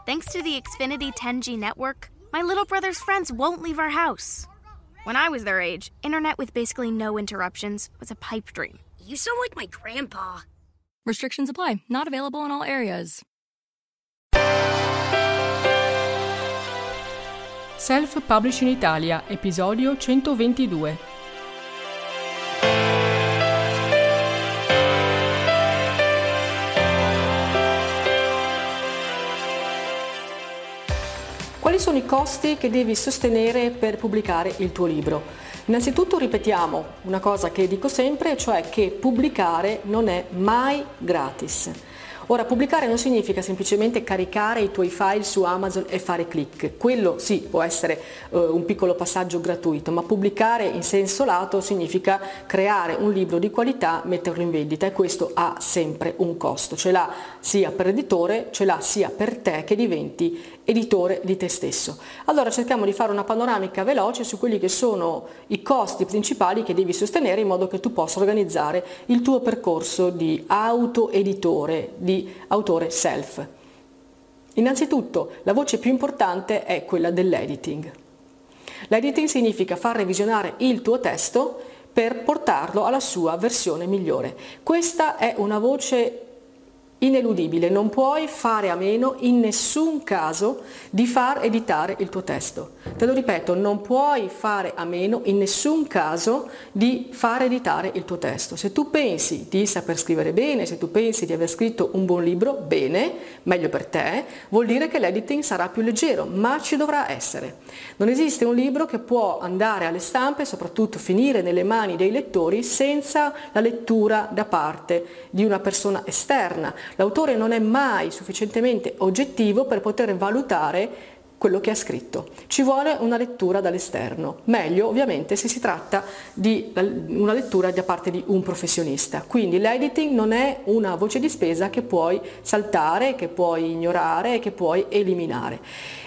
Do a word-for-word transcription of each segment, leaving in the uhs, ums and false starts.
Thanks to the Xfinity ten G network, my little brother's friends won't leave our house. When I was their age, internet with basically no interruptions was a pipe dream. You sound like my grandpa. Restrictions apply. Not available in all areas. Self-Publishing Italia, episodio centoventidue. Quali sono i costi che devi sostenere per pubblicare il tuo libro? Innanzitutto ripetiamo una cosa che dico sempre, cioè che pubblicare non è mai gratis. Ora, pubblicare non significa semplicemente caricare i tuoi file su Amazon e fare click. Quello sì, può essere uh, un piccolo passaggio gratuito, ma pubblicare in senso lato significa creare un libro di qualità, metterlo in vendita, e questo ha sempre un costo. Ce l'ha sia per l'editore, ce l'ha sia per te che diventi editore di te stesso. Allora cerchiamo di fare una panoramica veloce su quelli che sono i costi principali che devi sostenere in modo che tu possa organizzare il tuo percorso di autoeditore, di autore self. Innanzitutto, la voce più importante è quella dell'editing. L'editing significa far revisionare il tuo testo per portarlo alla sua versione migliore. Questa è una voce ineludibile, non puoi fare a meno in nessun caso di far editare il tuo testo. Te lo ripeto, non puoi fare a meno in nessun caso di far editare il tuo testo. Se tu pensi di saper scrivere bene, se tu pensi di aver scritto un buon libro, bene, meglio per te, vuol dire che l'editing sarà più leggero, ma ci dovrà essere. Non esiste un libro che può andare alle stampe e soprattutto finire nelle mani dei lettori senza la lettura da parte di una persona esterna. L'autore non è mai sufficientemente oggettivo per poter valutare quello che ha scritto. Ci vuole una lettura dall'esterno, meglio ovviamente se si tratta di una lettura da parte di un professionista. Quindi l'editing non è una voce di spesa che puoi saltare, che puoi ignorare, che puoi eliminare.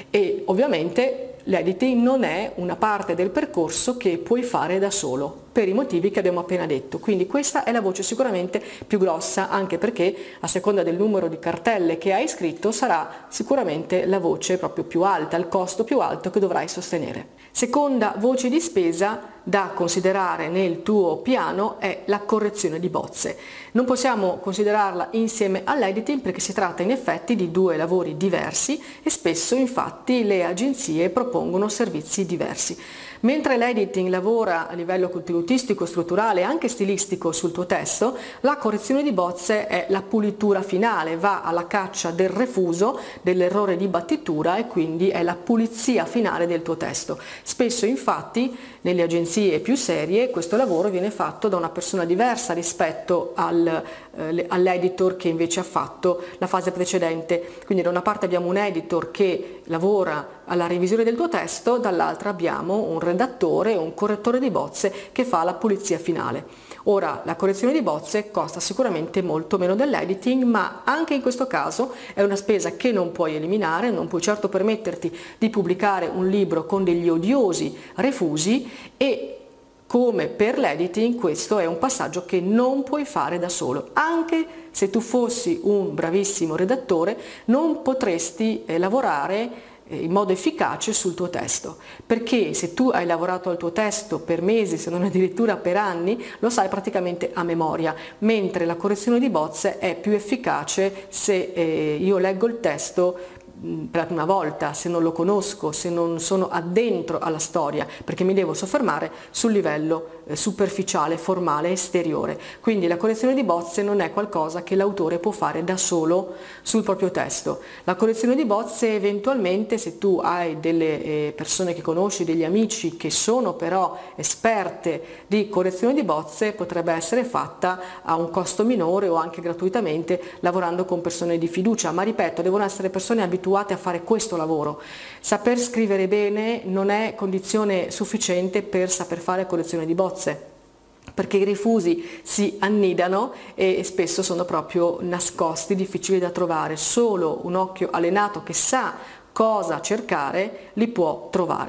E ovviamente l'editing non è una parte del percorso che puoi fare da solo, per i motivi che abbiamo appena detto. Quindi questa è la voce sicuramente più grossa, anche perché a seconda del numero di cartelle che hai scritto sarà sicuramente la voce proprio più alta, il costo più alto che dovrai sostenere. Seconda voce di spesa da considerare nel tuo piano è la correzione di bozze. Non possiamo considerarla insieme all'editing perché si tratta in effetti di due lavori diversi e spesso infatti le agenzie propongono servizi diversi. Mentre l'editing lavora a livello contenutistico, strutturale e anche stilistico sul tuo testo, la correzione di bozze è la pulitura finale, va alla caccia del refuso, dell'errore di battitura e quindi è la pulizia finale del tuo testo. Spesso infatti nelle agenzie più serie questo lavoro viene fatto da una persona diversa rispetto al, eh, all'editor che invece ha fatto la fase precedente. Quindi da una parte abbiamo un editor che lavora alla revisione del tuo testo, dall'altra abbiamo un redattore, un correttore di bozze che fa la pulizia finale. Ora, la correzione di bozze costa sicuramente molto meno dell'editing, ma anche in questo caso è una spesa che non puoi eliminare, non puoi certo permetterti di pubblicare un libro con degli odiosi refusi e come per l'editing questo è un passaggio che non puoi fare da solo. Anche se tu fossi un bravissimo redattore non potresti eh, lavorare in modo efficace sul tuo testo, perché se tu hai lavorato al tuo testo per mesi, se non addirittura per anni, lo sai praticamente a memoria, mentre la correzione di bozze è più efficace se eh, io leggo il testo per la prima volta, se non lo conosco, se non sono addentro alla storia, perché mi devo soffermare sul livello eh, superficiale, formale, esteriore. Quindi la correzione di bozze non è qualcosa che l'autore può fare da solo sul proprio testo. La correzione di bozze eventualmente, se tu hai delle eh, persone che conosci, degli amici che sono però esperte di correzione di bozze, potrebbe essere fatta a un costo minore o anche gratuitamente lavorando con persone di fiducia, ma ripeto, devono essere persone abituate a fare questo lavoro. Saper scrivere bene non è condizione sufficiente per saper fare correzione di bozze, perché i refusi si annidano e spesso sono proprio nascosti, difficili da trovare. Solo un occhio allenato che sa cosa cercare li può trovare.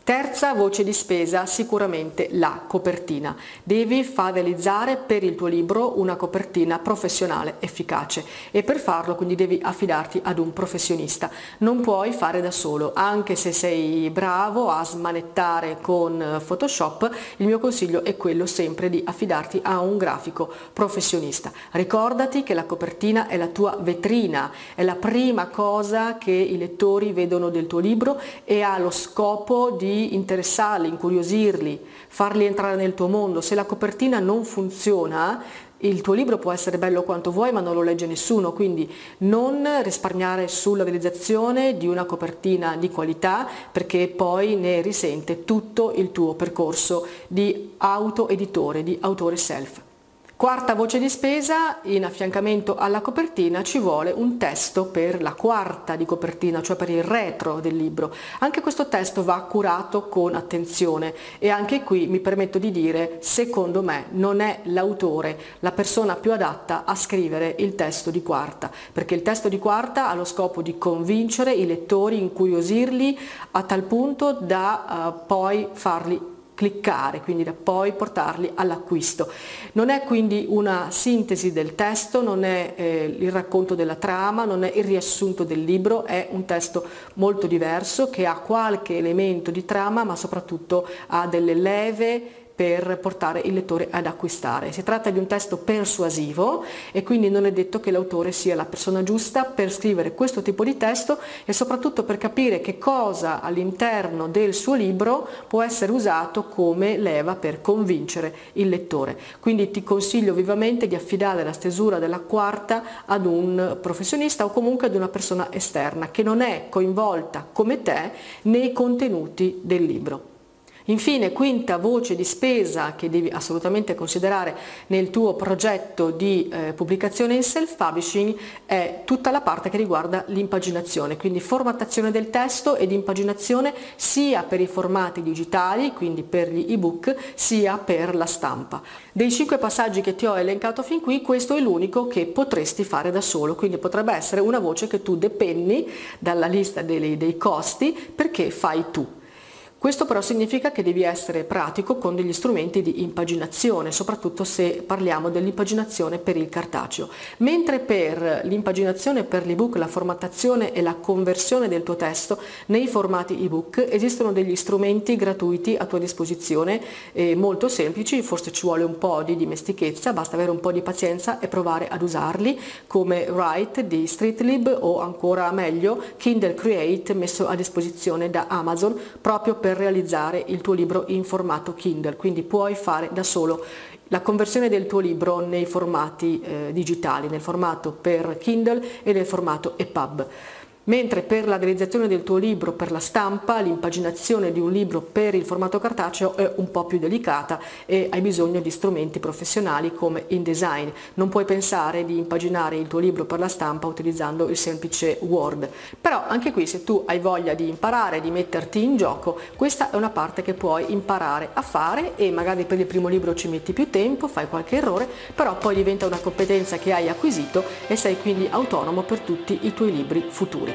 Terza voce di spesa, sicuramente la copertina. Devi far realizzare per il tuo libro una copertina professionale efficace e per farlo quindi devi affidarti ad un professionista. Non puoi fare da solo, anche se sei bravo a smanettare con Photoshop, il mio consiglio è quello sempre di affidarti a un grafico professionista. Ricordati che la copertina è la tua vetrina, è la prima cosa che i lettori vedono del tuo libro e ha lo scopo di interessarli, incuriosirli, farli entrare nel tuo mondo. Se la copertina non funziona, il tuo libro può essere bello quanto vuoi ma non lo legge nessuno, quindi non risparmiare sulla realizzazione di una copertina di qualità, perché poi ne risente tutto il tuo percorso di autoeditore, di autore self. Quarta voce di spesa, in affiancamento alla copertina ci vuole un testo per la quarta di copertina, cioè per il retro del libro. Anche questo testo va curato con attenzione e anche qui mi permetto di dire, secondo me non è l'autore la persona più adatta a scrivere il testo di quarta, perché il testo di quarta ha lo scopo di convincere i lettori, incuriosirli a tal punto da uh, poi farli cliccare, quindi da poi portarli all'acquisto. Non è quindi una sintesi del testo, non è eh, il racconto della trama, non è il riassunto del libro, è un testo molto diverso che ha qualche elemento di trama ma soprattutto ha delle leve per portare il lettore ad acquistare. Si tratta di un testo persuasivo e quindi non è detto che l'autore sia la persona giusta per scrivere questo tipo di testo e soprattutto per capire che cosa all'interno del suo libro può essere usato come leva per convincere il lettore. Quindi ti consiglio vivamente di affidare la stesura della quarta ad un professionista o comunque ad una persona esterna che non è coinvolta come te nei contenuti del libro. Infine, quinta voce di spesa che devi assolutamente considerare nel tuo progetto di eh, pubblicazione in self-publishing è tutta la parte che riguarda l'impaginazione, quindi formattazione del testo ed impaginazione sia per i formati digitali, quindi per gli ebook, sia per la stampa. Dei cinque passaggi che ti ho elencato fin qui, questo è l'unico che potresti fare da solo, quindi potrebbe essere una voce che tu depenni dalla lista dei, dei costi perché fai tu. Questo però significa che devi essere pratico con degli strumenti di impaginazione, soprattutto se parliamo dell'impaginazione per il cartaceo. Mentre per l'impaginazione per l'ebook, la formattazione e la conversione del tuo testo nei formati ebook esistono degli strumenti gratuiti a tua disposizione, eh, molto semplici, forse ci vuole un po' di dimestichezza, basta avere un po' di pazienza e provare ad usarli, come Write di Streetlib o ancora meglio Kindle Create messo a disposizione da Amazon proprio per realizzare il tuo libro in formato Kindle, quindi puoi fare da solo la conversione del tuo libro nei formati eh, digitali, nel formato per Kindle e nel formato E P U B. Mentre per la realizzazione del tuo libro per la stampa, l'impaginazione di un libro per il formato cartaceo è un po' più delicata e hai bisogno di strumenti professionali come InDesign. Non puoi pensare di impaginare il tuo libro per la stampa utilizzando il semplice Word. Però anche qui, se tu hai voglia di imparare, di metterti in gioco, questa è una parte che puoi imparare a fare e magari per il primo libro ci metti più tempo, fai qualche errore, però poi diventa una competenza che hai acquisito e sei quindi autonomo per tutti i tuoi libri futuri.